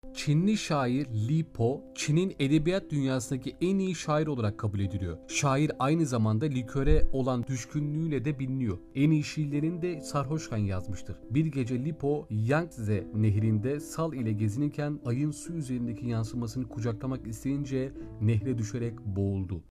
Çinli şair Li Po, Çin'in edebiyat dünyasındaki en iyi şair olarak kabul ediliyor. Şair aynı zamanda liköre olan düşkünlüğüyle de biliniyor. En iyi şiirlerini de sarhoşken yazmıştır. Bir gece Li Po, Yangtze nehrinde sal ile gezinirken ayın su üzerindeki yansımasını kucaklamak isteyince nehre düşerek boğuldu.